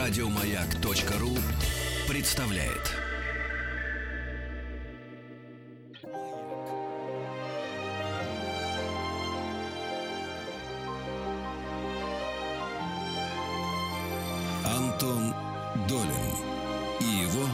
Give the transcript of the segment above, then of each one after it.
Радиомаяк.ру представляет. Антон Долин и его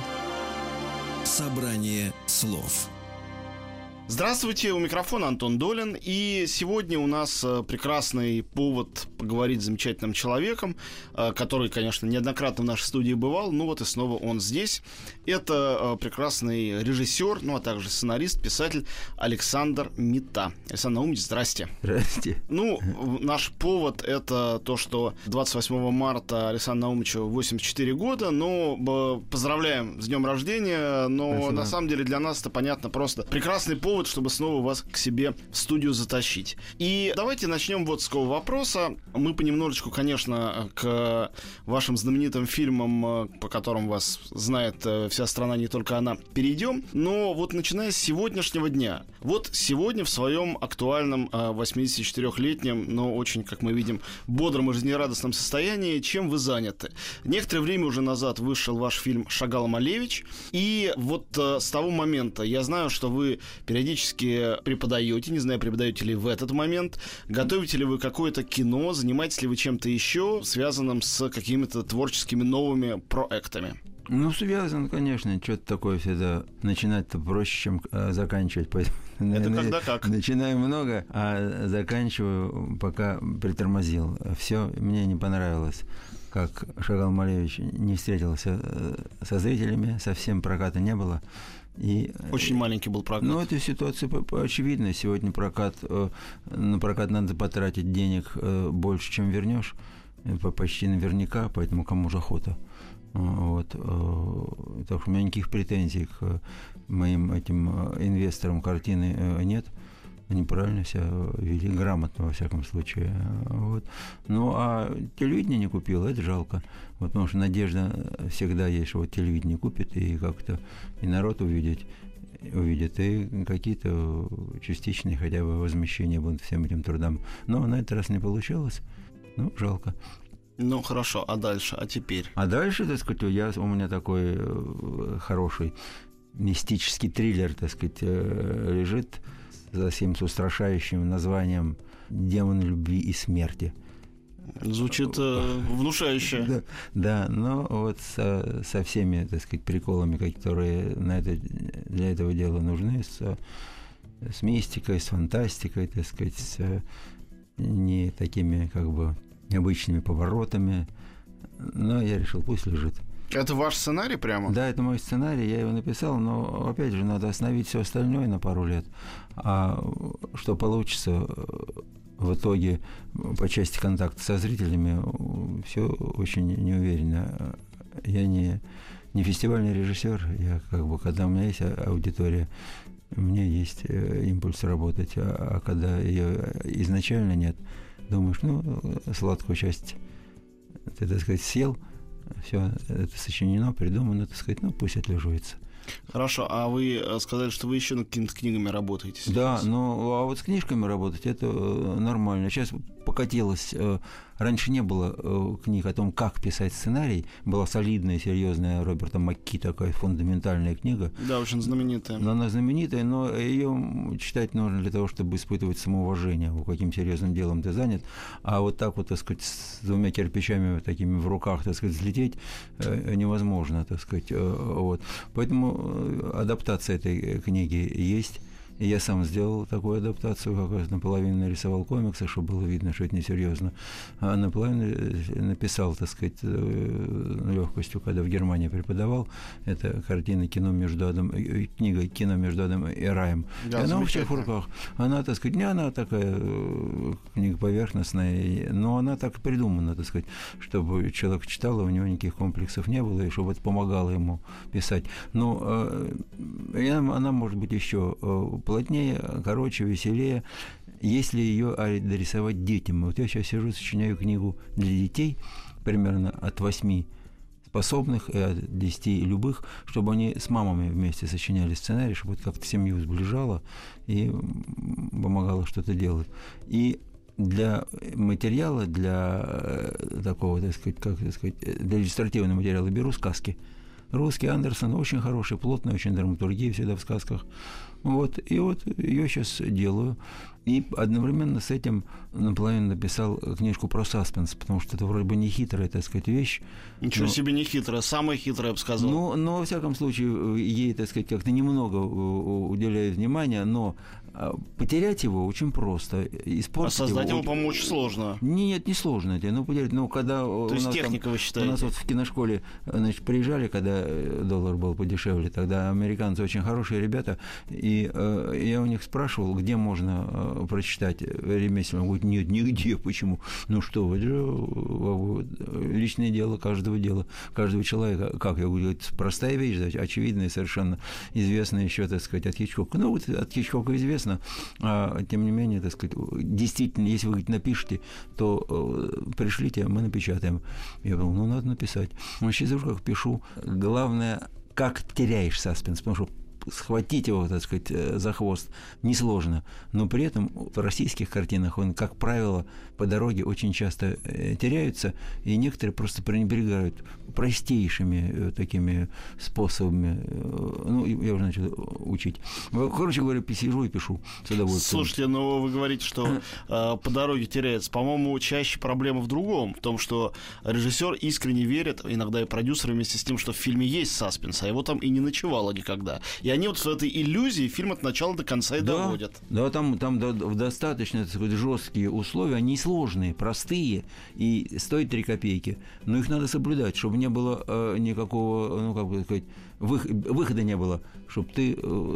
собрание слов. Здравствуйте, у микрофона Антон Долин, и сегодня у нас прекрасный повод поговорить с замечательным человеком, который, конечно, неоднократно в нашей студии бывал, ну вот и снова он здесь. Это прекрасный режиссер, ну а также сценарист, писатель Александр Мита. Александр Наумович, здрасте. Здрасте. Ну, наш повод — это то, что 28 марта Александру Наумовичу 84 года, но поздравляем с днем рождения, но Спасибо. На самом деле для нас это, понятно, просто прекрасный повод, чтобы снова вас к себе в студию затащить. И давайте начнем вот с какого вопроса. Мы понемножечку, конечно, к вашим знаменитым фильмам, по которым вас знает вся страна, не только она, перейдем. Но вот начиная с сегодняшнего дня. Вот сегодня в своем актуальном 84-летнем, но очень, как мы видим, бодром и жизнерадостном состоянии, чем вы заняты? Некоторое время уже назад вышел ваш фильм «Шагал Малевич». И вот с того момента я знаю, что вы периодически преподаете, не знаю, преподаете ли в этот момент, готовите ли вы какое-то кино, занимаетесь ли вы чем-то еще, связанным с какими-то творческими новыми проектами? Ну, связан, конечно, что-то такое всегда. Начинать-то проще, чем заканчивать. Поэтому, это когда как? Начинаю много, а заканчиваю, пока притормозил. Все мне не понравилось, как Шагал Малевич не встретился со зрителями, совсем проката не было. И, очень маленький был прокат. Ну, эта ситуация очевидна. Сегодня на прокат надо потратить денег больше, чем вернешь, почти наверняка, поэтому кому же охота. Вот. Так что у меня никаких претензий к моим этим инвесторам картины нет. Они правильно себя вели, грамотно, во всяком случае. Вот. Ну, а телевидение не купил, это жалко. Вот, потому что надежда всегда есть, что вот телевидение купит, и как-то и народ увидит, и какие-то частичные хотя бы возмещения будут всем этим трудам. Но на этот раз не получилось. Ну, жалко. Ну, хорошо, а дальше, а теперь? А дальше, так сказать, у меня такой хороший мистический триллер, так сказать, лежит за всем с устрашающим названием «Демон любви и смерти». Звучит внушающе. Да, но вот со всеми, так сказать, приколами, которые для этого дела нужны, с мистикой, с фантастикой, так сказать, с не такими, как бы, необычными поворотами. Но я решил, пусть лежит. Это ваш сценарий прямо? Да, это мой сценарий, я его написал, но, опять же, надо остановить все остальное на пару лет. А что получится в итоге по части контакта со зрителями, все очень неуверенно. Я не фестивальный режиссер, я когда у меня есть аудитория, у меня есть импульс работать, а когда ее изначально нет, думаешь, сладкую часть ты, так сказать, съел, все это сочинено, придумано, так сказать, пусть отлеживается. Хорошо, а вы сказали, что вы еще над какими-то книгами работаете сейчас? Да, а вот с книжками работать это нормально. Сейчас покатилось. Раньше не было книг о том, как писать сценарий. Была солидная, серьезная Роберта Макки такая фундаментальная книга. Да, очень знаменитая. Она знаменитая, но ее читать нужно для того, чтобы испытывать самоуважение. Каким серьезным делом ты занят. А вот так вот, так сказать, с двумя кирпичами такими в руках, так сказать, взлететь невозможно, так сказать. Вот. Поэтому адаптация этой книги есть. И я сам сделал такую адаптацию, как раз наполовину нарисовал комиксы, чтобы было видно, что это несерьезно. А наполовину написал, так сказать, легкостью, когда в Германии преподавал. Это картина книга «Кино между Адом и раем». Да, и она у всех в руках. Она, так сказать, не она такая книга поверхностная, но она так придумана, так сказать, чтобы человек читал, и у него никаких комплексов не было, и чтобы это помогало ему писать. Но она может быть еще плотнее, короче, веселее, если ее дорисовать детям. Вот я сейчас сижу, сочиняю книгу для детей, примерно от 8 способных и от 10 любых, чтобы они с мамами вместе сочиняли сценарий, чтобы это как-то семью сближало и помогало что-то делать. И для материала, для такого, так сказать, для иллюстративного материала беру сказки. Русский Андерсон очень хороший, плотный, очень драматургия всегда в сказках. Вот, и вот ее сейчас делаю. И одновременно с этим наполовину написал книжку про саспенс, потому что это вроде бы не хитрая, так сказать, вещь. Ничего себе не хитрая, самая хитрая, я бы сказал. Но во всяком случае, ей, так сказать, как-то немного уделяют внимания, но потерять его очень просто. А создать его, по-моему, очень сложно. Нет, не сложно. Но потерять, когда то есть техника, вы считаете? У нас вот в киношколе, значит, приезжали, когда доллар был подешевле, тогда американцы очень хорошие ребята, и я у них спрашивал, где можно прочитать ремесленного. Он говорит, нет, нигде. Почему? Ну что вы, личное дело каждого человека. Как? Я говорю, это простая вещь, очевидная, совершенно известная еще, так сказать, от Хичкока. Ну, вот от Хичкока известно, а тем не менее, так сказать, действительно, если вы напишете, то пришлите, мы напечатаем. Я говорю, ну, надо написать. Сейчас уже как пишу. Главное, как теряешь саспенс, потому что схватить его, так сказать, за хвост несложно, но при этом в российских картинах он, как правило, по дороге очень часто теряются, и некоторые просто пренебрегают простейшими такими способами. Ну, я уже начал учить. Короче говоря, сижу и пишу с удовольствием. Слушайте, но вы говорите, что по дороге теряется. По-моему, чаще проблема в другом, в том, что режиссер искренне верит, иногда и продюсеры вместе с тем, что в фильме есть саспенс, а его там и не ночевало никогда. И они вот в этой иллюзии фильм от начала до конца и доводят. Да, там достаточно, так сказать, жесткие условия, они сложные, простые, и стоят 3 копейки. Но их надо соблюдать, чтобы не было никакого, ну, как бы сказать, выхода не было, чтобы ты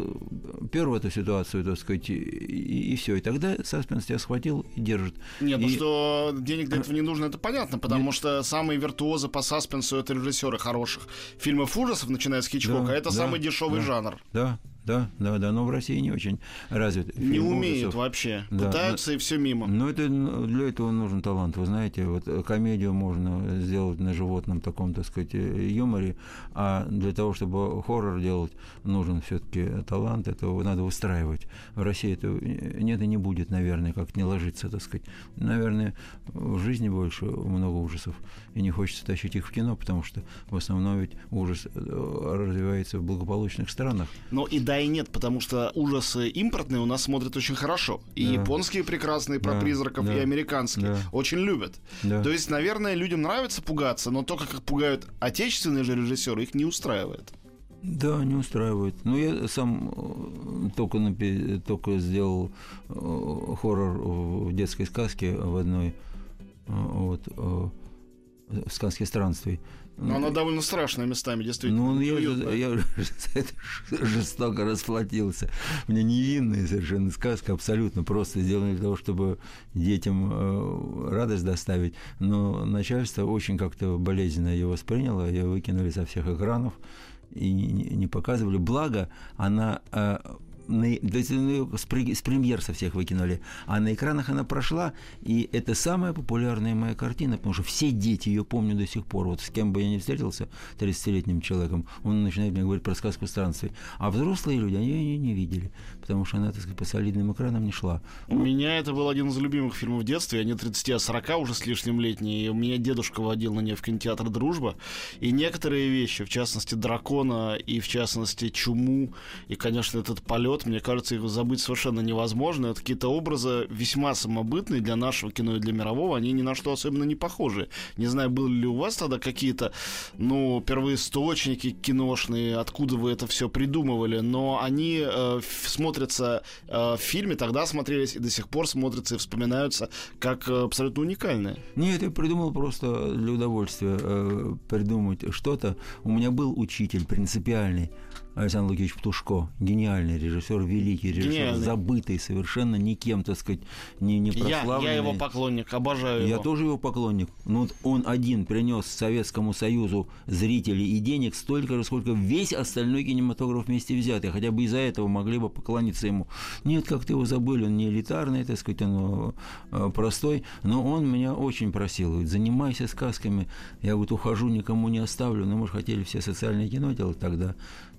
пер в эту ситуацию, так сказать, и все. И тогда саспенс тебя схватил и держит. Нет, ну что денег для этого не нужно, это понятно, потому что самые виртуозы по саспенсу — это режиссеры хороших фильмов ужасов, начиная с Хичкока, а это самый дешевый жанр. Да, но в России не очень развит. Не умеют ужасов вообще. Да, пытаются, и все мимо. Но для этого нужен талант. Вы знаете, вот комедию можно сделать на животном таком, так сказать, юморе, а для того, чтобы хоррор делать, нужен все-таки талант. Это надо выстраивать. В России это нет и не будет, наверное, как не ложится, так сказать. Наверное, в жизни больше много ужасов, и не хочется тащить их в кино, потому что в основном ведь ужас развивается в благополучных странах. Но и да, и нет, потому что ужасы импортные у нас смотрят очень хорошо. И японские прекрасные про призраков, и американские очень любят. То есть, наверное, людям нравится пугаться, но то, как их пугают отечественные же режиссеры, их не устраивает. Да, не устраивает. Ну, я сам только сделал хоррор в детской сказке в одной, в сказке странствий. Но она довольно страшная местами, действительно. Ну, я жестоко расплатился. У меня невинная совершенно сказка, абсолютно просто сделана для того, чтобы детям радость доставить. Но начальство очень как-то болезненно ее восприняло, ее выкинули со всех экранов и не показывали. Благо, она... с премьер со всех выкинули, а на экранах она прошла, и это самая популярная моя картина, потому что все дети ее помнят до сих пор. Вот с кем бы я ни встретился, 30-летним человеком, он начинает мне говорить про сказку странствий. А взрослые люди, они ее не видели, потому что она, так сказать, по солидным экранам не шла. У меня это был один из любимых фильмов в детстве. Я не 30, а 40 уже с лишним летний, и у меня дедушка водил на нее в кинотеатр «Дружба», и некоторые вещи, в частности, дракона, и в частности, чуму, и, конечно, этот полет, мне кажется, их забыть совершенно невозможно. Это какие-то образы весьма самобытные для нашего кино и для мирового. Они ни на что особенно не похожи. Не знаю, были ли у вас тогда какие-то, первоисточники киношные, откуда вы это все придумывали, но они смотрятся в фильме, тогда смотрелись и до сих пор смотрятся и вспоминаются как абсолютно уникальные. Нет, я придумал просто для удовольствия придумать что-то. У меня был учитель принципиальный, Александр Лукич Птушко, гениальный режиссер, великий режиссер, забытый совершенно никем, так сказать, не прославленный. Я его поклонник, обожаю его. Я тоже его поклонник. Но он один принес Советскому Союзу зрителей и денег столько же, сколько весь остальной кинематограф вместе взятый. Хотя бы из-за этого могли бы поклониться ему. Нет, как-то его забыли, он не элитарный, так сказать, он простой. Но он меня очень просил, говорит, занимайся сказками. Я вот ухожу, никому не оставлю. Ну, мы же хотели все социальное кино делать тогда.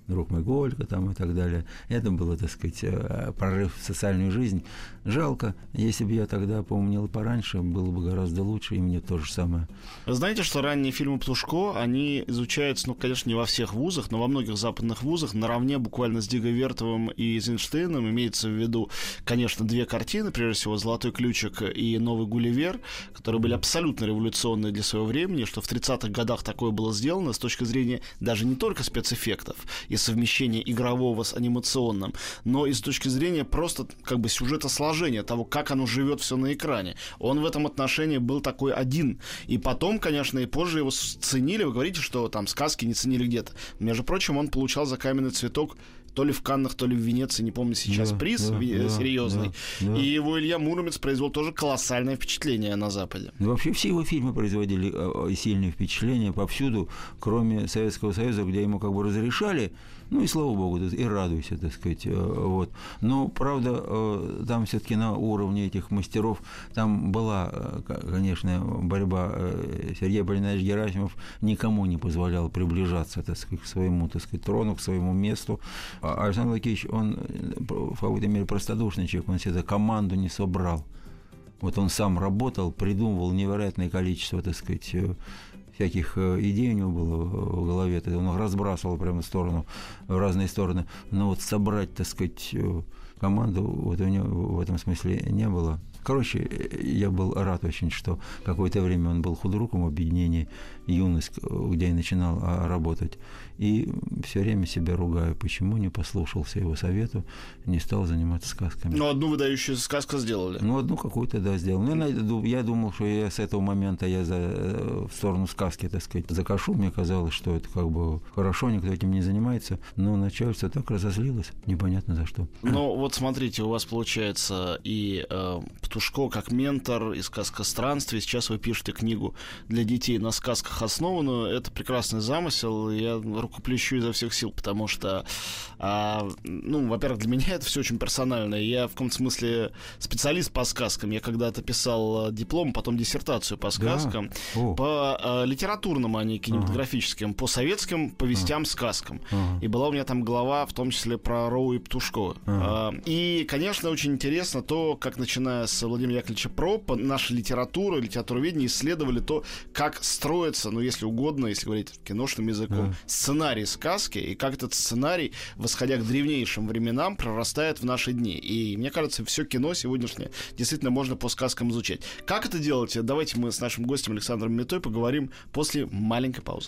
друг мой Голька там и так далее. Это было, так сказать, прорыв в социальную жизнь. Жалко, если бы я тогда поумнел пораньше, было бы гораздо лучше, и мне то же самое. Вы знаете, что ранние фильмы Птушко, они изучаются, ну, конечно, не во всех вузах, но во многих западных вузах наравне буквально с Диго Вертовым и Эйзенштейном. Имеется в виду, конечно, две картины, прежде всего «Золотой ключик» и «Новый Гулливер», которые были абсолютно революционные для своего времени, что в 30-х годах такое было сделано с точки зрения даже не только спецэффектов и совмещения игрового с анимационным, но и с точки зрения просто как бы сюжетосложения, того, как оно живет все на экране. Он в этом отношении был такой один. И потом, конечно, и позже его ценили. Вы говорите, что там сказки не ценили где-то. Между прочим, он получал за «Каменный цветок» то ли в Каннах, то ли в Венеции, не помню сейчас, приз серьезный. Да. И его Илья Муромец произвел тоже колоссальное впечатление на Западе. Вообще все его фильмы производили сильные впечатления повсюду, кроме Советского Союза, где ему как бы разрешали, ну и слава богу, и радуйся, так сказать. Вот. Но, правда, там все-таки на уровне этих мастеров там была, конечно, борьба. Сергей Полинарович Герасимов никому не позволял приближаться, так сказать, к своему, так сказать, трону, к своему месту. А Александр Лукич, он в какой-то мере простодушный человек, он себе команду не собрал. Вот он сам работал, придумывал невероятное количество, так сказать, всяких идей у него было в голове, он их разбрасывал прямо в разные стороны. Но вот собрать, так сказать, команду вот у него в этом смысле не было. Короче, я был рад очень, что какое-то время он был худруком в объединении «Юность», где я начинал работать. И все время себя ругаю, почему не послушался его совету, не стал заниматься сказками. Ну, одну выдающуюся сказку сделали. Ну, одну какую-то, да, сделал. Я думал, что я с этого момента в сторону сказки, так сказать, закашу. Мне казалось, что это как бы хорошо, никто этим не занимается. Но начальство так разозлилось, непонятно за что. Ну, вот смотрите, у вас получается и Птушко как ментор, и сказка странствий. Сейчас вы пишете книгу для детей на сказках основанную. Это прекрасный замысел. Я рукоплещу изо всех сил, потому что, ну, во-первых, для меня это все очень персонально. Я в каком-то смысле специалист по сказкам. Я когда-то писал диплом, потом диссертацию по сказкам, по литературным, а не кинематографическим, по советским повестям, сказкам. И была у меня там глава, в том числе про Роу и Птушко. И, конечно, очень интересно то, как, начиная с Владимира Яковлевича Пропа, наша литература, литературоведение исследовали то, как строится, ну, если угодно, если говорить киношным языком, сценарий сказки, и как этот сценарий, восходя к древнейшим временам, прорастает в наши дни. И мне кажется, все кино сегодняшнее действительно можно по сказкам изучать. Как это делать? Давайте мы с нашим гостем Александром Метой поговорим после маленькой паузы.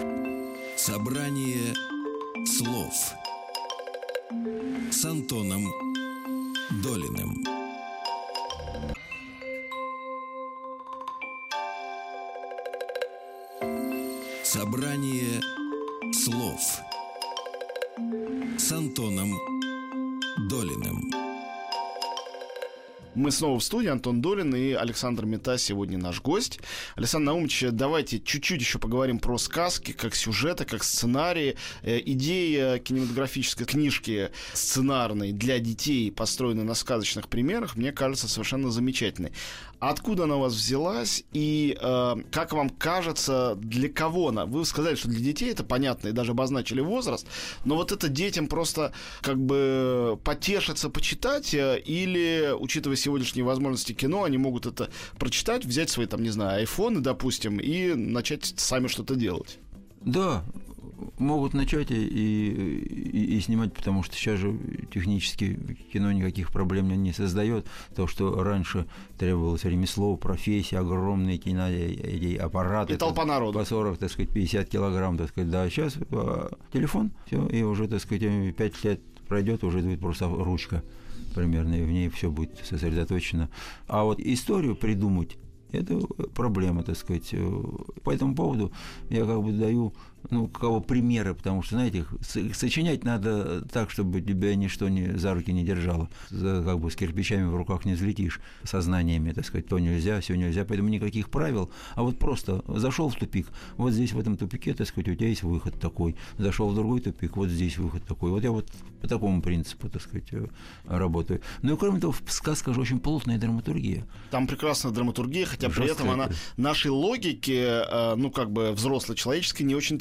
Собрание слов с Антоном Долиным. Собрание слов с Антоном Долиным. Мы снова в студии, Антон Долин и Александр Мета сегодня наш гость. Александр Наумович, давайте чуть-чуть еще поговорим про сказки, как сюжеты, как сценарии. Идея кинематографической книжки сценарной для детей, построенной на сказочных примерах, мне кажется совершенно замечательной. Откуда она у вас взялась и, как вам кажется, для кого она? Вы сказали, что для детей это понятно и даже обозначили возраст, но вот это детям просто как бы потешиться, почитать, или, учитывая сегодняшние возможности кино, они могут это прочитать, взять свои, там, не знаю, айфоны, допустим, и начать сами что-то делать. Да, могут начать и снимать, потому что сейчас же технически кино никаких проблем не создает. То, что раньше требовалось ремесло, профессия, огромные эти аппараты. И толпа народу. По 40, так сказать, 50 килограмм, так сказать. Да, сейчас телефон, все, и уже, так сказать, 5 лет пройдет, уже будет просто ручка примерно, и в ней все будет сосредоточено. А вот историю придумать, это проблема, так сказать. По этому поводу я как бы даю, кого примеры, потому что, знаете, сочинять надо так, чтобы тебя ничто за руки не держало. Как бы с кирпичами в руках не взлетишь, сознаниями, так сказать, то нельзя, все нельзя, поэтому никаких правил. А вот просто зашел в тупик, вот здесь в этом тупике, так сказать, у тебя есть выход такой. Зашел в другой тупик, вот здесь выход такой. Вот я вот по такому принципу, так сказать, работаю. Ну и кроме того, сказка же очень плотная драматургия. Там прекрасная драматургия, хотя при этом она нашей логике, как бы взрослой человеческой, не очень-то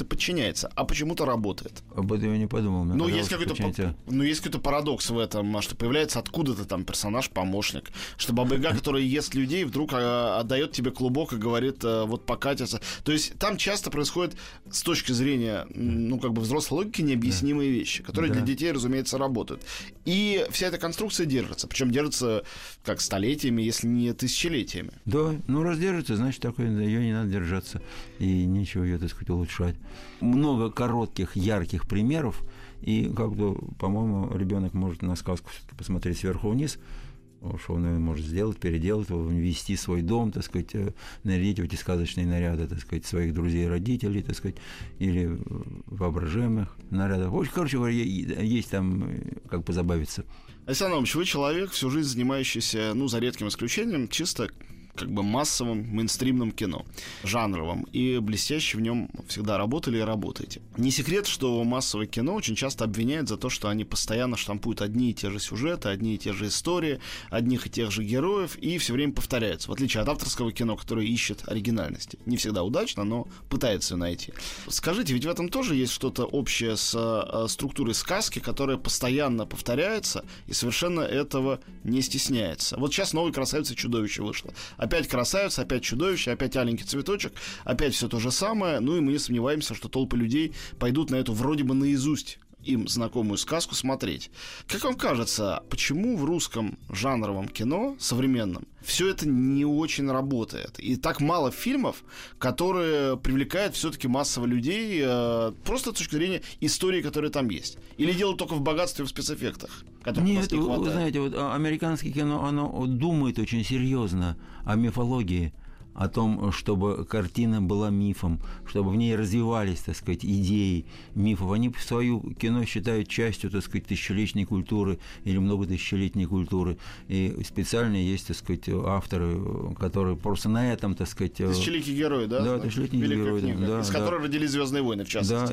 подчиняется, а почему-то работает. Об этом я не подумал. Ну, есть какой-то парадокс в этом, что появляется откуда-то там персонаж-помощник, что Баба-Яга, который ест людей, вдруг отдает тебе клубок и говорит, вот покатится. То есть там часто происходит с точки зрения, взрослой логики необъяснимые вещи, которые для детей, разумеется, работают. И вся эта конструкция держится. Причем держится как столетиями, если не тысячелетиями. Да, раз держится, значит, ее не надо держаться. И нечего ее, так сказать, улучшать. Много коротких, ярких примеров. И, по-моему, ребенок может на сказку посмотреть сверху вниз, что он может сделать, переделать, ввести свой дом, так сказать, нарядить в эти сказочные наряды, так сказать, своих друзей и родителей, так сказать, или воображаемых нарядов. Короче говоря, есть там как позабавиться. Александр Иванович, вы человек, всю жизнь занимающийся, за редким исключением, чисто массовым, мейнстримным кино, жанровым, и блестяще в нем всегда работали и работаете. Не секрет, что массовое кино очень часто обвиняют за то, что они постоянно штампуют одни и те же сюжеты, одни и те же истории, одних и тех же героев, и все время повторяются, в отличие от авторского кино, которое ищет оригинальности. Не всегда удачно, но пытается ее найти. Скажите, ведь в этом тоже есть что-то общее с структурой сказки, которая постоянно повторяется и совершенно этого не стесняется. Вот сейчас новая «Красавица и чудовище» вышла. Опять красавица, опять чудовище, опять аленький цветочек, опять все то же самое. И мы не сомневаемся, что толпы людей пойдут на эту вроде бы наизусть им знакомую сказку смотреть. Как вам кажется, почему в русском жанровом кино, современном, все это не очень работает? И так мало фильмов, которые привлекают все-таки массово людей просто с точки зрения истории, которая там есть? Или дело только в богатстве в спецэффектах? Нет, вы знаете, американское кино, оно думает очень серьезно о мифологии, о том, чтобы картина была мифом, чтобы в ней развивались, так сказать, идеи мифов. Они свое кино считают частью, так сказать, тысячелетней культуры или многотысячелетней культуры. И специально есть, так сказать, авторы, которые просто на этом, так сказать... Тысячеликий герой, да? Да, тысячелетний герой. Да, из которой родились «Звездные войны», в частности.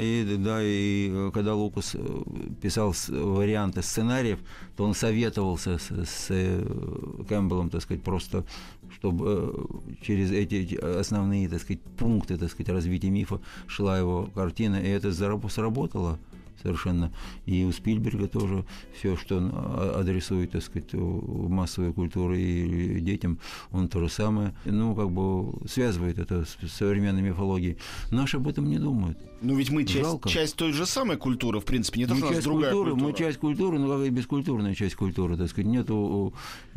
И когда Лукас писал варианты сценариев, то он советовался с Кэмпбеллом, так сказать, просто чтобы через эти основные, так сказать, пункты, так сказать, развития мифа шла его картина, и это сработало совершенно. И у Спилберга тоже все, что он адресует, так сказать, массовой культуре и детям, он то же самое, связывает это с современной мифологией. Наши об этом не думают. Ну ведь мы часть той же самой культуры, в принципе, не то, что у нас другая культура. Мы часть культуры, но как и бескультурная часть культуры, так сказать, нету,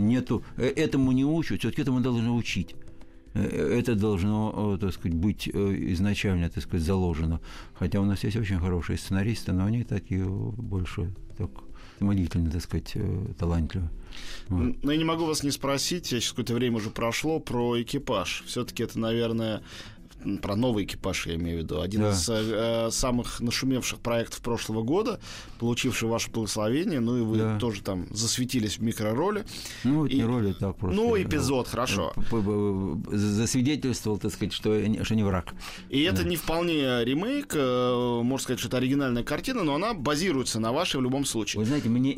этому не учат, все-таки этому должны учить. Это должно, так сказать, быть изначально, так сказать, заложено. Хотя у нас есть очень хорошие сценаристы, но они такие больше так молитвенно, так сказать, талантливые. Вот. Но я не могу вас не спросить, сейчас какое-то время уже прошло, про «Экипаж». Все-таки это, наверное, про новый «Экипаж», я имею в виду. Один из самых нашумевших проектов прошлого года, получивший ваше благословение. Ну и вы тоже там засветились в микророли. Не роли, так просто. Эпизод, хорошо. Засвидетельствовал, так сказать, что не враг. И это не вполне ремейк, можно сказать, что это оригинальная картина, но она базируется на вашей в любом случае. Вы знаете, мне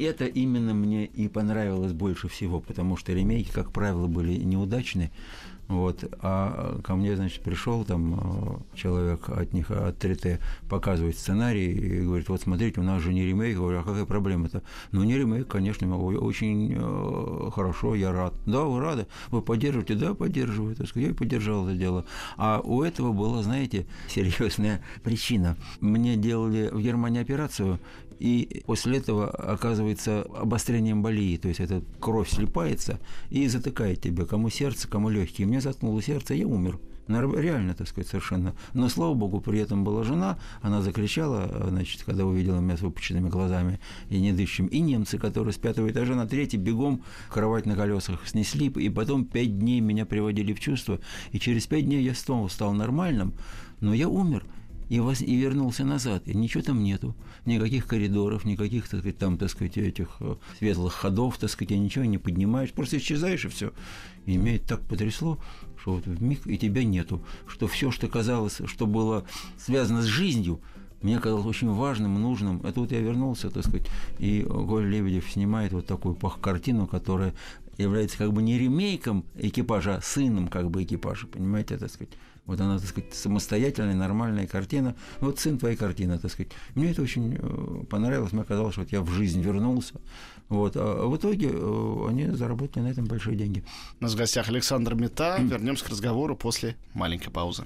и понравилось больше всего, потому что ремейки, как правило, были неудачны. Вот. А ко мне, значит, пришел там человек от 3T показывать сценарий и говорит: вот смотрите, у нас же не ремейк. Я говорю: а какая проблема-то? Ну, не ремейк, конечно, очень хорошо, я рад. Да, вы рады? Вы поддерживаете? Да, поддерживаю. Так сказать, я и поддержал это дело. А у этого была, знаете, серьезная причина. Мне делали в Германии операцию, и после этого оказывается обострение эмболии, то есть эта кровь слипается и затыкает тебя, кому сердце, кому легкие. Мне заткнуло сердце, я умер. Реально, так сказать, совершенно. Но, слава богу, при этом была жена, она закричала, значит, когда увидела меня с выпученными глазами и не дышащим. И немцы, которые с 5-го этажа на 3-й бегом кровать на колесах снесли, и потом 5 дней меня приводили в чувство, и через 5 дней я снова стал нормальным, но я умер. И вернулся назад, и ничего там нету, никаких коридоров, никаких, так сказать, там, так сказать, этих светлых ходов, так сказать, ничего не поднимаешь, просто исчезаешь, и все. И меня это так потрясло, что вот вмиг и тебя нету, что все, что казалось, что было связано с жизнью, мне казалось очень важным, нужным. Это вот я вернулся, так сказать, и Коля Лебедев снимает вот такую картину, которая является как бы не ремейком экипажа, а сыном как бы экипажа, понимаете, так сказать. Вот она, так сказать, самостоятельная, нормальная картина. Вот сын твоей картины, так сказать. Мне это очень понравилось. Мне казалось, что вот я в жизнь вернулся. Вот. А в итоге они заработали на этом большие деньги. У нас в гостях Александр Мета. Вернемся к разговору после маленькой паузы.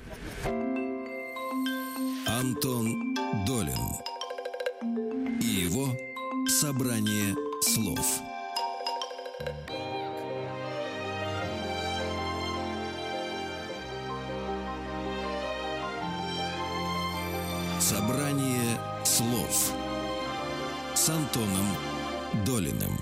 Антон Долин и его собрание слов. Собрание слов с Антоном Долиным.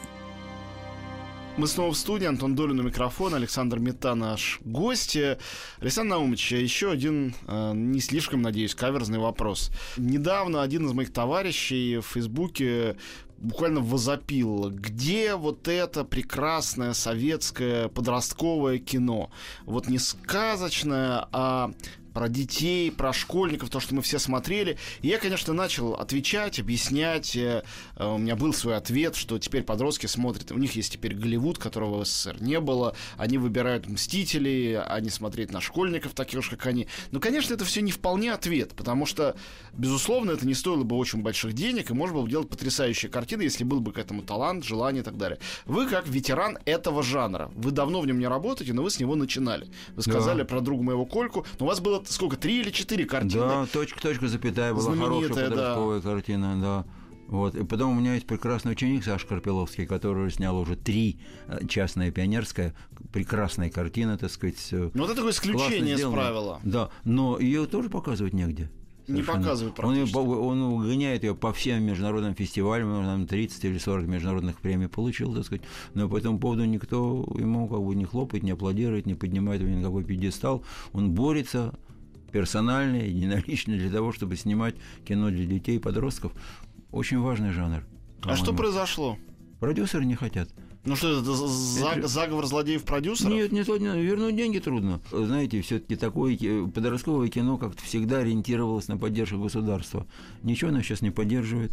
Мы снова в студии. Антон Долин у микрофона, Александр Мета наш гость. Александр Наумович, еще один, не слишком, надеюсь, каверзный вопрос. Недавно один из моих товарищей в Фейсбуке буквально возопил: где вот это прекрасное советское подростковое кино? Вот не сказочное, а про детей, про школьников, то, что мы все смотрели. И я, конечно, начал отвечать, объяснять. У меня был свой ответ, что теперь подростки смотрят. У них есть теперь Голливуд, которого в СССР не было. Они выбирают «Мстителей», а не смотреть на школьников, таких же, как они. Но, конечно, это все не вполне ответ, потому что, безусловно, это не стоило бы очень больших денег, и можно было бы делать потрясающие картины, если был бы к этому талант, желание и так далее. Вы, как ветеран этого жанра, вы давно в нем не работаете, но вы с него начинали. Вы сказали про друга моего Кольку, но у вас было сколько, 3 или 4 картины? Да, точка, запятая была хорошая подростковая картина, да. Вот. И потом у меня есть прекрасный ученик Саша Карпиловский, который снял уже 3 «Частная пионерская», прекрасная картина, так сказать. Ну, вот это такое исключение из правила. Да, но ее тоже показывать негде. Не показывают практически. Он гоняет ее по всем международным фестивалям, он там 30 или 40 международных премий получил, так сказать, но по этому поводу никто ему как бы не хлопает, не аплодирует, не поднимает его никакой пьедестал. Он борется персонально, единолично для того, чтобы снимать кино для детей и подростков. Очень важный жанр. А что произошло? Продюсеры не хотят. Ну что, это заговор злодеев-продюсеров? Нет, вернуть деньги трудно. Знаете, все-таки такое подростковое кино как-то всегда ориентировалось на поддержку государства. Ничего оно сейчас не поддерживает.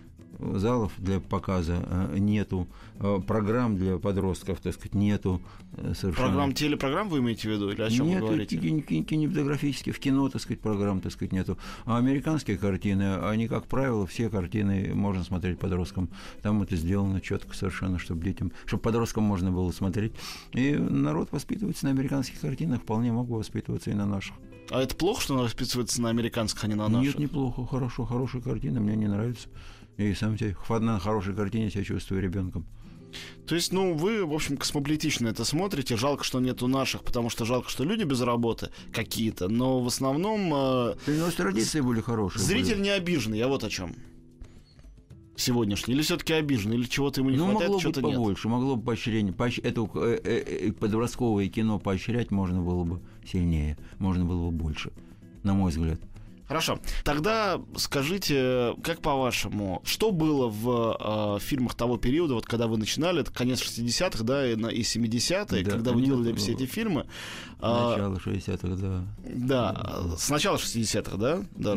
Залов для показа нету, программ для подростков, так сказать, нету совершенно. Телепрограмм вы имеете в виду, или о чем вы говорите? Нет, кинематографических, в кино, так сказать, программ, так сказать, нету. А американские картины, они, как правило, все картины можно смотреть подросткам. Там это сделано четко совершенно, чтобы подросткам можно было смотреть. И народ воспитывается на американских картинах, вполне могу воспитываться и на наших. А это плохо, что она воспитывается на американских, а не на наших? Нет, неплохо, хорошо, хорошие картины, мне не нравятся. И сам на хорошей картине себя чувствую ребенком. То есть, вы, в общем, космополитично это смотрите. Жалко, что нету наших, потому что жалко, что люди без работы какие-то. Но в основном... У нас традиции были хорошие. Зритель не обиженный, я вот о чем. Сегодняшний. Или все-таки обиженный, или чего-то ему не хватает, чего-то нет. Побольше, могло бы поощрение. Это подростковое кино поощрять можно было бы сильнее, можно было бы больше, на мой взгляд. Хорошо. Тогда скажите, как по-вашему, что было в фильмах того периода, вот когда вы начинали, это конец 60-х, да, и 70-е, да, когда вы делали все эти фильмы? Начало 60-х, да. Да, с начала 60-х, да? Даже?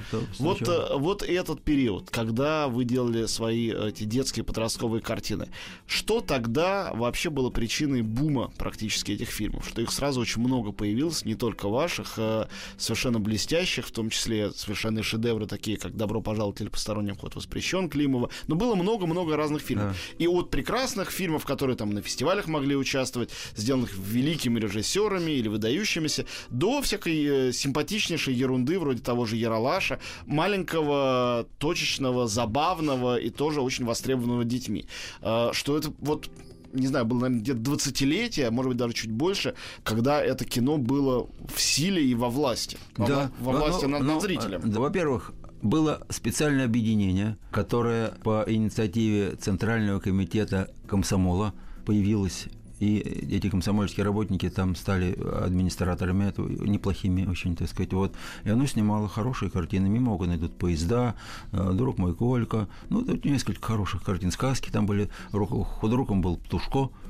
Да, вот этот период, когда вы делали свои эти детские подростковые картины. Что тогда вообще было причиной бума практически этих фильмов? Что их сразу очень много появилось, не только ваших, совершенно блестящих, в том числе совершенные шедевры, такие как «Добро пожаловать» или «Посторонний вход воспрещен» Климова. Но было много-много разных фильмов. Да. И от прекрасных фильмов, которые там на фестивалях могли участвовать, сделанных великими режиссерами или выдающимися, до всякой симпатичнейшей ерунды, вроде того же «Ералаша», маленького, точечного, забавного и тоже очень востребованного детьми. Что это вот... не знаю, было, наверное, где-то 20-летие, может быть, даже чуть больше, когда это кино было в силе и во власти. Во власти над зрителем. Во-первых, было специальное объединение, которое по инициативе Центрального комитета комсомола появилось. И эти комсомольские работники там стали администраторами, неплохими очень, так сказать. Вот. И оно снимало хорошие картины. «Мимо окон идут поезда», «Друг мой Колька». Тут несколько хороших картин. Сказки там были. «Худоруком» был Птушко.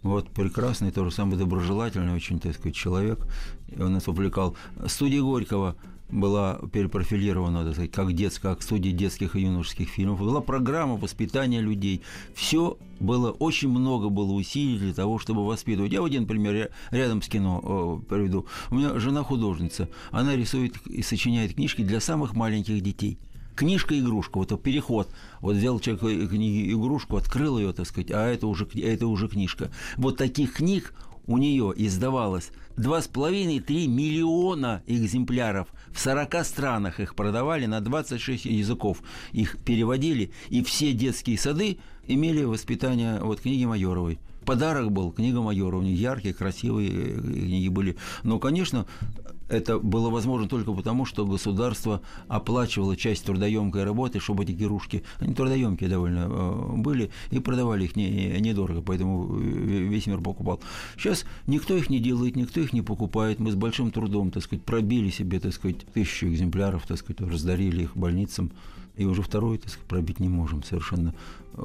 Вот прекрасный, тоже самый доброжелательный очень, так сказать, человек. И он нас увлекал. Студия Горького была перепрофилирована, так сказать, как студия детских и юношеских фильмов. Была программа воспитания людей. Все было, очень много было усилий для того, чтобы воспитывать. Я один пример рядом с кино приведу. У меня жена художница. Она рисует и сочиняет книжки для самых маленьких детей. Книжка-игрушка, вот переход. Вот взял человек игрушку, открыл ее, так сказать, а это уже книжка. Вот таких книг у нее издавалось 2,5-3 миллиона экземпляров. В 40 странах их продавали, на 26 языков их переводили. И все детские сады имели воспитание книги Майоровой. Подарок был книга Майорова. Яркие, красивые книги были. Но, конечно, это было возможно только потому, что государство оплачивало часть трудоемкой работы, чтобы эти игрушки, они трудоемкие довольно были, и продавали их недорого, поэтому весь мир покупал. Сейчас никто их не делает, никто их не покупает. Мы с большим трудом, так сказать, пробили себе, так сказать, 1000 экземпляров, так сказать, раздарили их больницам, и уже второй, так сказать, пробить не можем совершенно.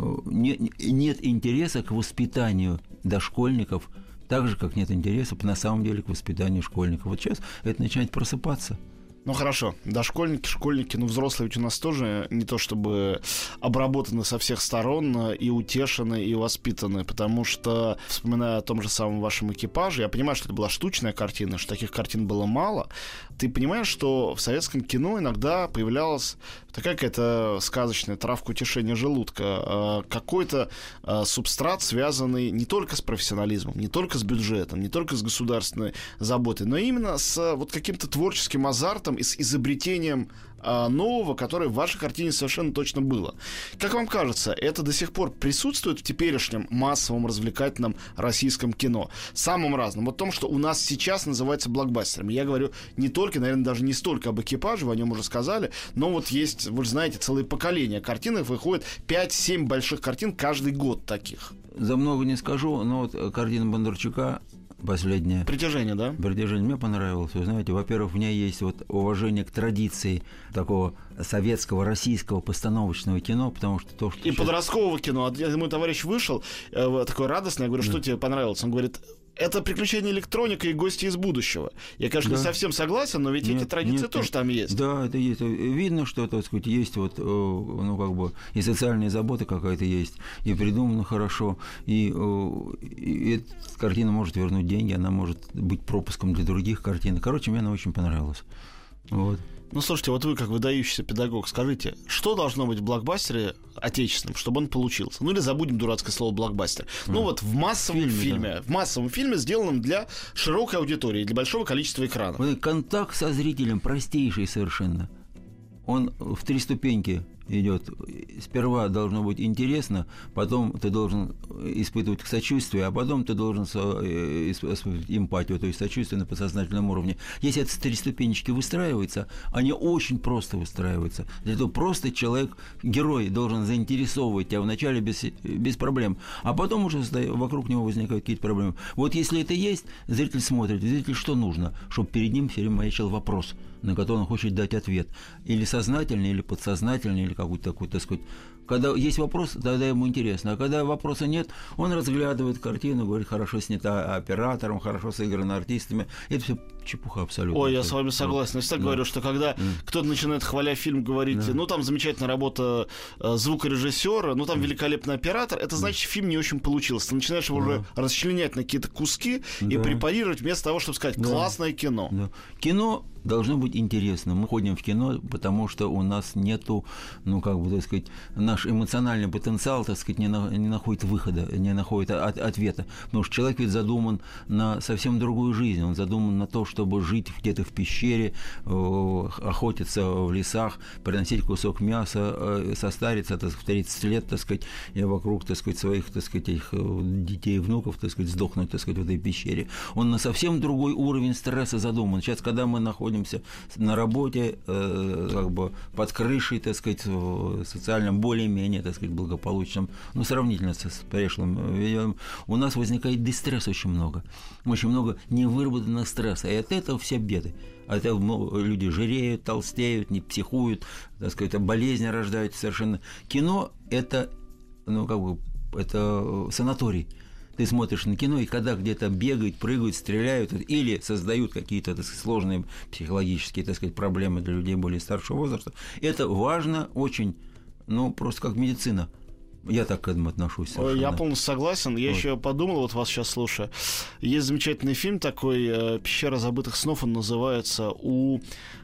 Нет интереса к воспитанию дошкольников, так же, как нет интереса, на самом деле, к воспитанию школьников. Вот сейчас это начинает просыпаться. Ну хорошо, дошкольники, школьники, взрослые ведь у нас тоже не то чтобы обработаны со всех сторон и утешены, и воспитаны, потому что, вспоминая о том же самом вашем «Экипаже», я понимаю, что это была штучная картина, что таких картин было мало. Ты понимаешь, что в советском кино иногда появлялась такая какая-то сказочная травка утешения желудка, какой-то субстрат, связанный не только с профессионализмом, не только с бюджетом, не только с государственной заботой, но именно с каким-то творческим азартом и с изобретением нового, которое в вашей картине совершенно точно было. Как вам кажется, это до сих пор присутствует в теперешнем массовом развлекательном российском кино? Самым разным. Вот о том, что у нас сейчас называется блокбастерами. Я говорю не только, наверное, даже не столько об «Экипаже», вы о нем уже сказали, но вот есть, вы же знаете, целое поколение картин, выходит 5-7 больших картин каждый год таких. За много не скажу, но вот картина Бондарчука последняя. «Притяжение», да? «Притяжение» мне понравилось. Вы знаете, во-первых, в ней есть уважение к традиции такого советского, российского постановочного кино, потому что то, что... И сейчас... подросткового кино. Мой товарищ вышел, такой радостный, я говорю, что тебе понравилось? Он говорит... Это «Приключения электроника» и «Гости из будущего». Я, конечно, не совсем согласен, но ведь эти традиции тоже там есть. Да, это есть. Видно, что, так сказать, есть и социальная забота какая-то есть, и придумано хорошо, и эта картина может вернуть деньги, она может быть пропуском для других картин. Короче, мне она очень понравилась. Вот. Ну, слушайте, вот вы, как выдающийся педагог, скажите, что должно быть в блокбастере отечественном, чтобы он получился? Ну, или забудем дурацкое слово «блокбастер». Ну, вот в массовом фильме, в массовом фильме, сделанном для широкой аудитории, для большого количества экранов. Контакт со зрителем простейший совершенно. Он в 3 ступеньки идет. Сперва должно быть интересно, потом ты должен испытывать сочувствие, а потом ты должен испытывать эмпатию, то есть сочувствие на подсознательном уровне. Если эти 3 ступенечки выстраиваются, они очень просто выстраиваются. Для этого просто человек, герой, должен заинтересовывать тебя вначале без проблем, а потом уже вокруг него возникают какие-то проблемы. Вот если это есть, зритель смотрит, зритель что нужно? Чтобы перед ним все время маячил вопрос, на который он хочет дать ответ. Или сознательный, или подсознательный, или какой-то такой, так сказать. Когда есть вопрос, тогда ему интересно. А когда вопроса нет, он разглядывает картину, говорит, хорошо снята оператором, хорошо сыграно артистами. Это все чепуха абсолютно. Ой, я с вами согласен. Я всегда говорю, что когда кто-то начинает, хваля фильм, говорить, там замечательная работа звукорежиссера, там великолепный оператор, это значит, фильм не очень получился. Ты начинаешь его уже расчленять на какие-то куски и препарировать вместо того, чтобы сказать, классное кино. Да. Кино должно быть интересно. Мы ходим в кино, потому что у нас нету, так сказать, наш эмоциональный потенциал, так сказать, не находит выхода, не находит ответа. Потому что человек ведь задуман на совсем другую жизнь. Он задуман на то, чтобы жить где-то в пещере, охотиться в лесах, приносить кусок мяса, состариться, в 30 лет, так сказать, и вокруг, так сказать, своих, так сказать, этих детей и внуков, так сказать, сдохнуть, так сказать, в этой пещере. Он на совсем другой уровень стресса задуман. Сейчас, когда мы находимся на работе, под крышей, так сказать, в социальном более-менее, так сказать, благополучном, сравнительно с прошлым, у нас возникает дистресс очень много невыработанных стресса, и от этого все беды. От этого люди жиреют, толстеют, не психуют, так сказать, болезни рождаются совершенно. Кино – это, это санаторий. Ты смотришь на кино, и когда где-то бегают, прыгают, стреляют или создают какие-то, так сказать, сложные психологические, так сказать, проблемы для людей более старшего возраста, это важно очень, ну, просто как медицина. Я так к этому отношусь совершенно. Я полностью согласен. Я еще подумал, вот вас сейчас слушаю. Есть замечательный фильм такой «Пещера забытых снов», он называется, у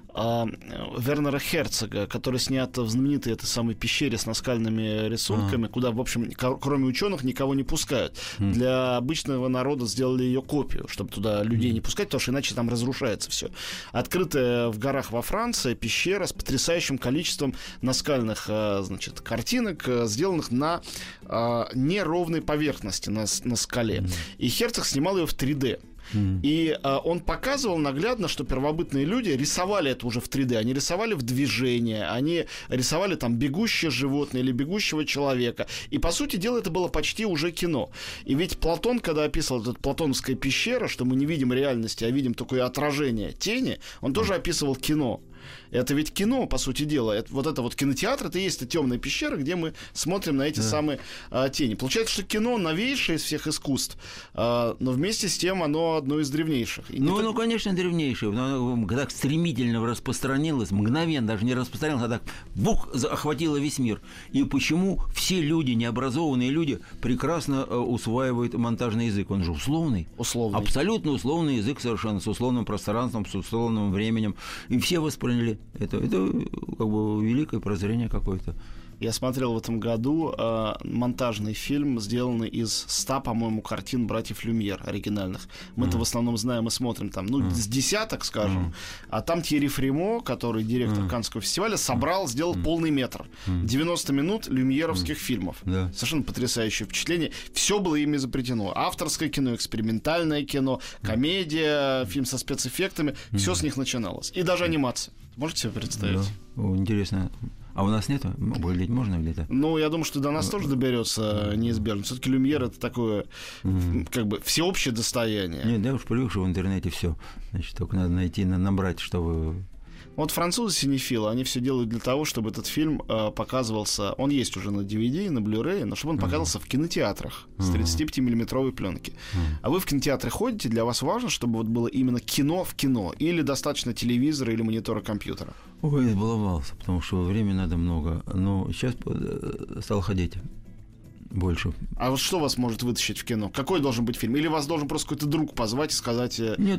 Вернера Херцога, который снят в знаменитой этой самой пещере с наскальными рисунками, куда, в общем, кроме ученых, никого не пускают. Для обычного народа сделали ее копию, чтобы туда людей не пускать, потому что иначе там разрушается все. Открытая в горах во Франции пещера с потрясающим количеством наскальных, значит, картинок, сделанных на неровной поверхности, на скале. И Херцог снимал ее в 3D. И он показывал наглядно, что первобытные люди рисовали это уже в 3D. Они рисовали в движении, они рисовали там бегущее животное или бегущего человека. И, по сути дела, это было почти уже кино. И ведь Платон, когда описывал эту платоновская пещера, что мы не видим реальности, а видим такое отражение тени, он тоже описывал кино. Это ведь кино, по сути дела. Вот это вот кинотеатр, это и есть та темная пещера, где мы смотрим на эти самые тени. Получается, что кино новейшее из всех искусств, но вместе с тем оно одно из древнейших. Ну, конечно, древнейшее. Оно так стремительно распространилось, мгновенно, даже не распространилось, а так охватило весь мир. И почему все люди, необразованные люди, прекрасно усваивают монтажный язык? Он же условный. Абсолютно условный язык совершенно, с условным пространством, с условным временем. И все восприняли. Это как бы великое прозрение какое-то. Я смотрел в этом году монтажный фильм, сделанный из 100, по-моему, картин братьев Люмьер оригинальных. Мы-то в основном знаем и смотрим там, с десяток, скажем. А там Тьерри Фримо, который директор Каннского фестиваля, сделал полный метр. 90 минут люмьеровских фильмов. Совершенно потрясающее впечатление. Все было ими изобретено. Авторское кино, экспериментальное кино, комедия, фильм со спецэффектами. Все с них начиналось. И даже анимация. Можете себе представить? Интересно. А у нас нету? Глядеть можно где-то? Ну, я думаю, что до нас тоже доберется неизбежно. Все-таки Люмьер — это такое, как бы, всеобщее достояние. Нет, я уж привык, что в интернете все. Значит, только надо найти, набрать, чтобы... Вот французы-синефилы, они все делают для того, чтобы этот фильм показывался... Он есть уже на DVD, на Blu-ray, но чтобы он показывался в кинотеатрах с 35-миллиметровой пленки. А вы в кинотеатры ходите? Для вас важно, чтобы вот было именно кино в кино? Или достаточно телевизора или монитора компьютера? Ой, я баловался, потому что времени надо много. Но сейчас стал ходить больше. А вот что вас может вытащить в кино? Какой должен быть фильм? Или вас должен просто какой-то друг позвать и сказать... Нет,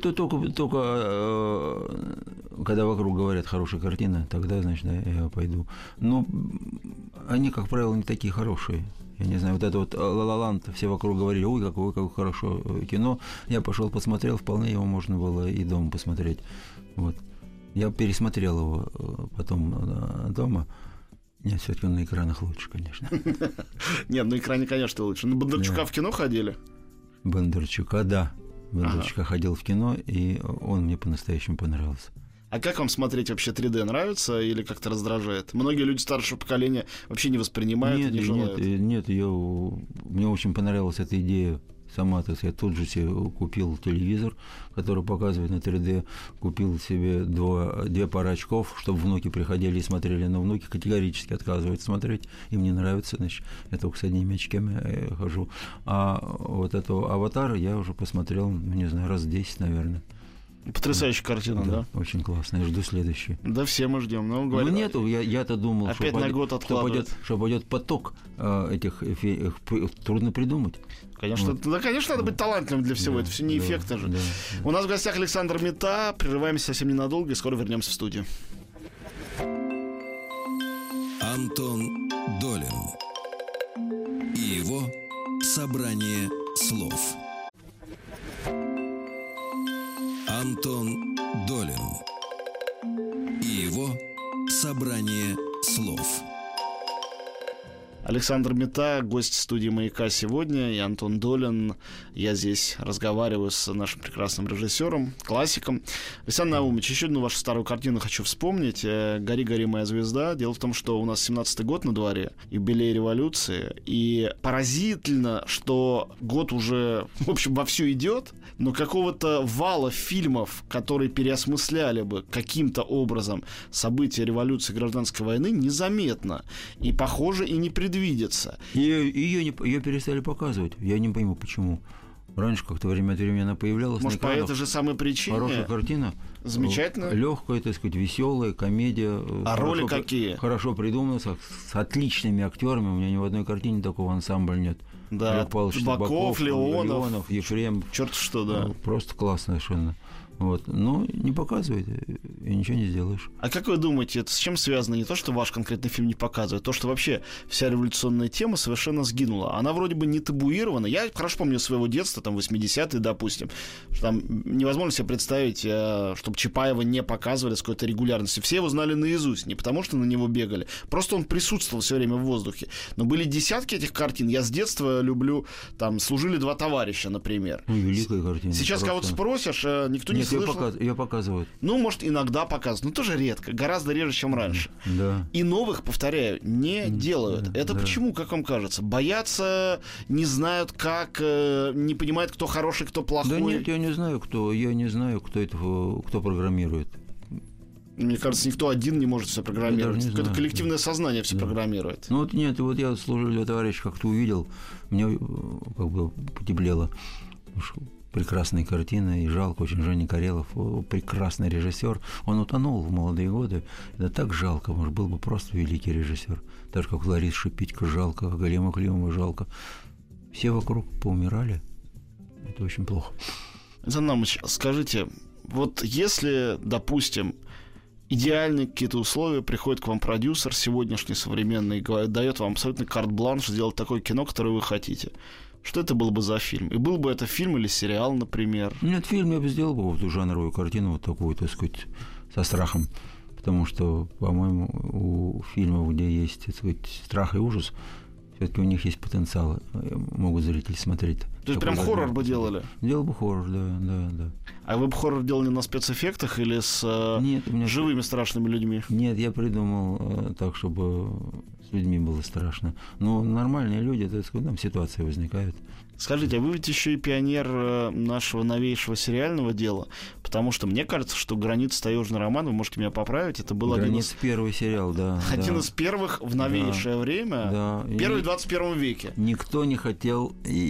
только когда вокруг говорят «хорошая картина», тогда, значит, я пойду. Но они, как правило, не такие хорошие. Я не знаю, вот это вот «Ла Ла Ланд», все вокруг говорили: ой, какое хорошее кино. Я пошел посмотрел, вполне его можно было и дома посмотреть. Вот. Я пересмотрел его потом дома. Нет, все-таки на экранах лучше, конечно. Нет, на экране, конечно, лучше. На Бондарчука в кино ходили? Бондарчука, да. Бондарчука ходил в кино, и он мне по-настоящему понравился. А как вам смотреть вообще 3D? Нравится или как-то раздражает? Многие люди старшего поколения вообще не воспринимают и не желают. Нет, мне очень понравилась эта идея. Сама, так сказать, тут же себе купил телевизор, который показывает на 3D, купил себе две пары очков, чтобы внуки приходили и смотрели, но внуки категорически отказываются смотреть, им не нравится, значит, я только с одними очками хожу. А вот этого «Аватара» я уже посмотрел, не знаю, раз 10, наверное. Потрясающая картина, да? Очень классно. Я жду следующий. Да, все мы ждем. Ну, нету, я-то думал, опять на год откладывать. Что пойдет поток этих трудно придумать. Конечно, вот. Да, конечно, надо быть талантливым для всего. Это все не эффекты же. У нас в гостях Александр Мита. Прерываемся совсем ненадолго и скоро вернемся в студию. Антон Долин и его собрание слов. Антон Долин и его собрание слов. Александр Мита, гость студии «Маяка» сегодня, и Антон Долин. Я здесь разговариваю с нашим прекрасным режиссером, классиком. Александр Наумович, еще одну вашу старую картину хочу вспомнить. «Гори, гори, моя звезда». Дело в том, что у нас 17-й год на дворе, юбилей революции, и поразительно, что год уже, в общем, вовсю идет, но какого-то вала фильмов, которые переосмысляли бы каким-то образом события революции, гражданской войны, незаметно. И, похоже, и не придумали. предвидится. Ее перестали показывать. Я не пойму, почему. Раньше как-то время от времени она появлялась. Может, по этой же самой причине? Хорошая картина. Замечательно. Легкая, так сказать, веселая, комедия. А роли какие? Хорошо придумана, с отличными актерами. У меня ни в одной картине такого ансамбля нет. Да, Олег Павлович Табаков, Леонов, Ефремов. Черт что, да. Просто классно совершенно. Вот. Но не показывает, и ничего не сделаешь. А как вы думаете, это с чем связано? Не то, что ваш конкретный фильм не показывает, то, что вообще вся революционная тема совершенно сгинула. Она вроде бы не табуирована. Я хорошо помню своего детства, там, 80-е, допустим, что там невозможно себе представить, чтобы Чапаева не показывали с какой-то регулярностью. Все его знали наизусть, не потому что на него бегали, просто он присутствовал все время в воздухе. Но были десятки этих картин. Я с детства люблю, там, «Служили два товарища», например. Великая картина. Сейчас кого-то спросишь, никто не слышал. Ее показывают. Ну, может, иногда показывают, но тоже редко, гораздо реже, чем раньше. Да. И новых, повторяю, не делают. Это почему, как вам кажется? Боятся, не знают как, не понимают, кто хороший, кто плохой? Да нет, я не знаю, кто программирует. Мне кажется, никто один не может все программировать. Какое-то коллективное сознание все программирует. Ну вот нет, вот я «Служили товарищ» как-то увидел, мне как бы потеплело. Прекрасная картина, и жалко очень Женя Карелов, прекрасный режиссер. Он утонул в молодые годы. Это так жалко, может, был бы просто великий режиссер. Так же, как Лариса Шипитько жалко, Галима Климова жалко. Все вокруг поумирали. Это очень плохо. Александр Иванович, скажите, вот если, допустим, идеальные какие-то условия, приходит к вам продюсер сегодняшний, современный, и дает вам абсолютно карт-бланш сделать такое кино, которое вы хотите, что это был бы за фильм? И был бы это фильм или сериал, например? Нет, фильм я бы сделал бы вот эту жанровую картину, вот такую, так сказать, со страхом. Потому что, по-моему, у фильмов, где есть, так сказать, страх и ужас, все-таки у них есть потенциал, могут зрители смотреть. То есть прям хоррор бы делали? Делал бы хоррор, да. А вы бы хоррор делали на спецэффектах или с живыми страшными людьми? Нет, я придумал так, чтобы с людьми было страшно. Но нормальные люди, так сказать, там ситуации возникают. Скажите, а вы ведь еще и пионер нашего новейшего сериального дела, потому что мне кажется, что «Граница. Таежный роман», вы можете меня поправить, это был «Граница» первый сериал, да. Один из первых в новейшее время, да. Первый в 21 веке. Никто не хотел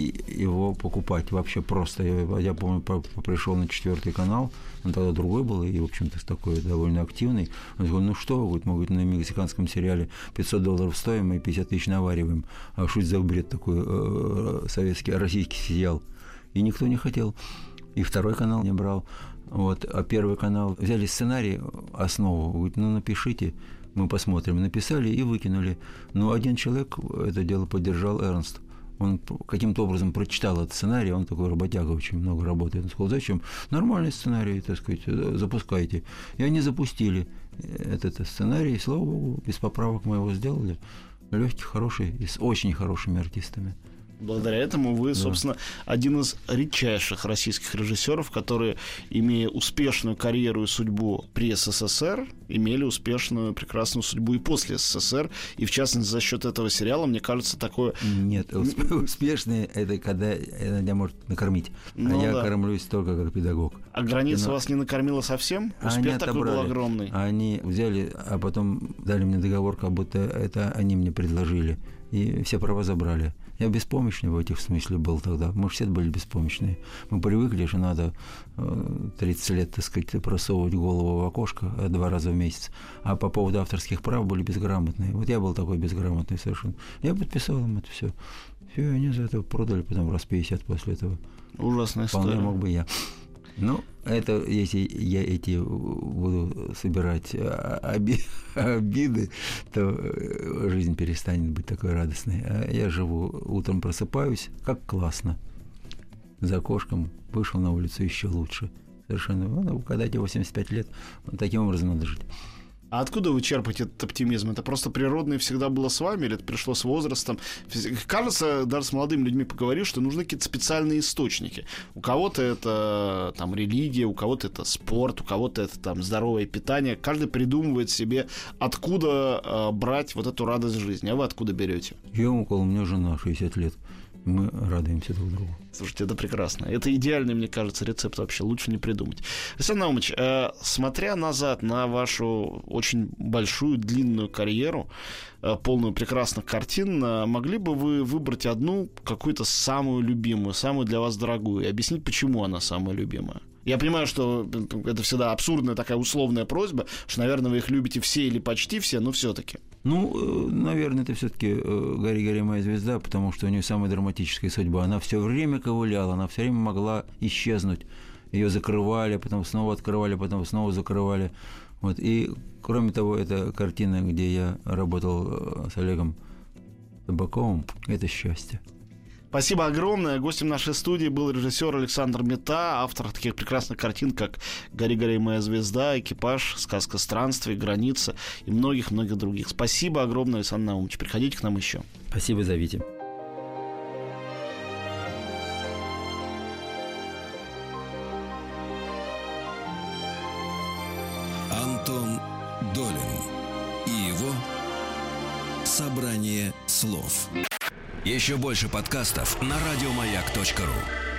его покупать вообще просто. Я помню, пришел на 4-й канал, он тогда другой был, и, в общем-то, такой довольно активный. Он говорит, ну что вы, мы говорит, на мексиканском сериале $500 стоим и 50 тысяч навариваем. А что это за бред такой советский, российский сериал? И никто не хотел. И 2-й канал не брал. Вот. А 1-й канал взяли сценарий, основу, говорит, ну напишите, мы посмотрим. Написали и выкинули. Но один человек это дело поддержал, Эрнст. Он каким-то образом прочитал этот сценарий, он такой работяга, очень много работает. Он сказал, зачем? Нормальный сценарий, так сказать, запускайте. И они запустили этот сценарий, и, слава богу, без поправок мы его сделали. Легкий, хороший, и с очень хорошими артистами. Благодаря этому вы, собственно, один из редчайших российских режиссеров, которые, имея успешную карьеру и судьбу при СССР, имели успешную, прекрасную судьбу и после СССР. И, в частности, за счет этого сериала, мне кажется, такое... Нет, успешные — это когда меня может накормить. А я кормлюсь только как педагог. А «Граница» вас не накормила совсем? Успех такой был огромный. Они взяли, а потом дали мне договор, как будто это они мне предложили. И все права забрали. Я беспомощный в этих смысле был тогда. Мы все были беспомощные. Мы привыкли, что надо 30 лет, так сказать, просовывать голову в окошко 2 раза в месяц. А по поводу авторских прав были безграмотные. Вот я был такой безграмотный совершенно. Я подписал им это все. Все, и они за это продали потом раз 50 после этого. Ужасная история. Вполне мог бы я. Ну, это если я эти буду собирать обиды, то жизнь перестанет быть такой радостной. А я живу, утром просыпаюсь, как классно. За окошком вышел на улицу еще лучше. Совершенно. Ну, когда тебе 85 лет, таким образом надо жить. А откуда вы черпаете этот оптимизм? Это просто природное всегда было с вами, или это пришло с возрастом? Кажется, даже с молодыми людьми поговоришь, что нужны какие-то специальные источники. У кого-то это там религия, у кого-то это спорт, у кого-то это там здоровое питание. Каждый придумывает себе, откуда брать вот эту радость жизни. А вы откуда берете? Я около, у меня жена 60 лет. Мы радуемся друг другу. Слушайте, это прекрасно. Это идеальный, мне кажется, рецепт вообще. Лучше не придумать. Александр Наумович, смотря назад на вашу очень большую, длинную карьеру, полную прекрасных картин, могли бы вы выбрать одну, какую-то самую любимую, самую для вас дорогую, и объяснить, почему она самая любимая? Я понимаю, что это всегда абсурдная такая условная просьба, что, наверное, вы их любите все или почти все, но все-таки. Ну, наверное, это все-таки «Гори, гори, моя звезда», потому что у нее самая драматическая судьба. Она все время ковыляла, она все время могла исчезнуть. Ее закрывали, потом снова открывали, потом снова закрывали. Вот. И, кроме того, это картина, где я работал с Олегом Табаковым, это счастье. Спасибо огромное. Гостем нашей студии был режиссер Александр Мета, автор таких прекрасных картин, как «Гори, гори, моя звезда», «Экипаж», «Сказка странствий», «Граница» и многих-многих других. Спасибо огромное, Александр Наумович. Приходите к нам еще. Спасибо, зовите. Антон Долин и его «Собрание слов». Еще больше подкастов на радиомаяк.ру.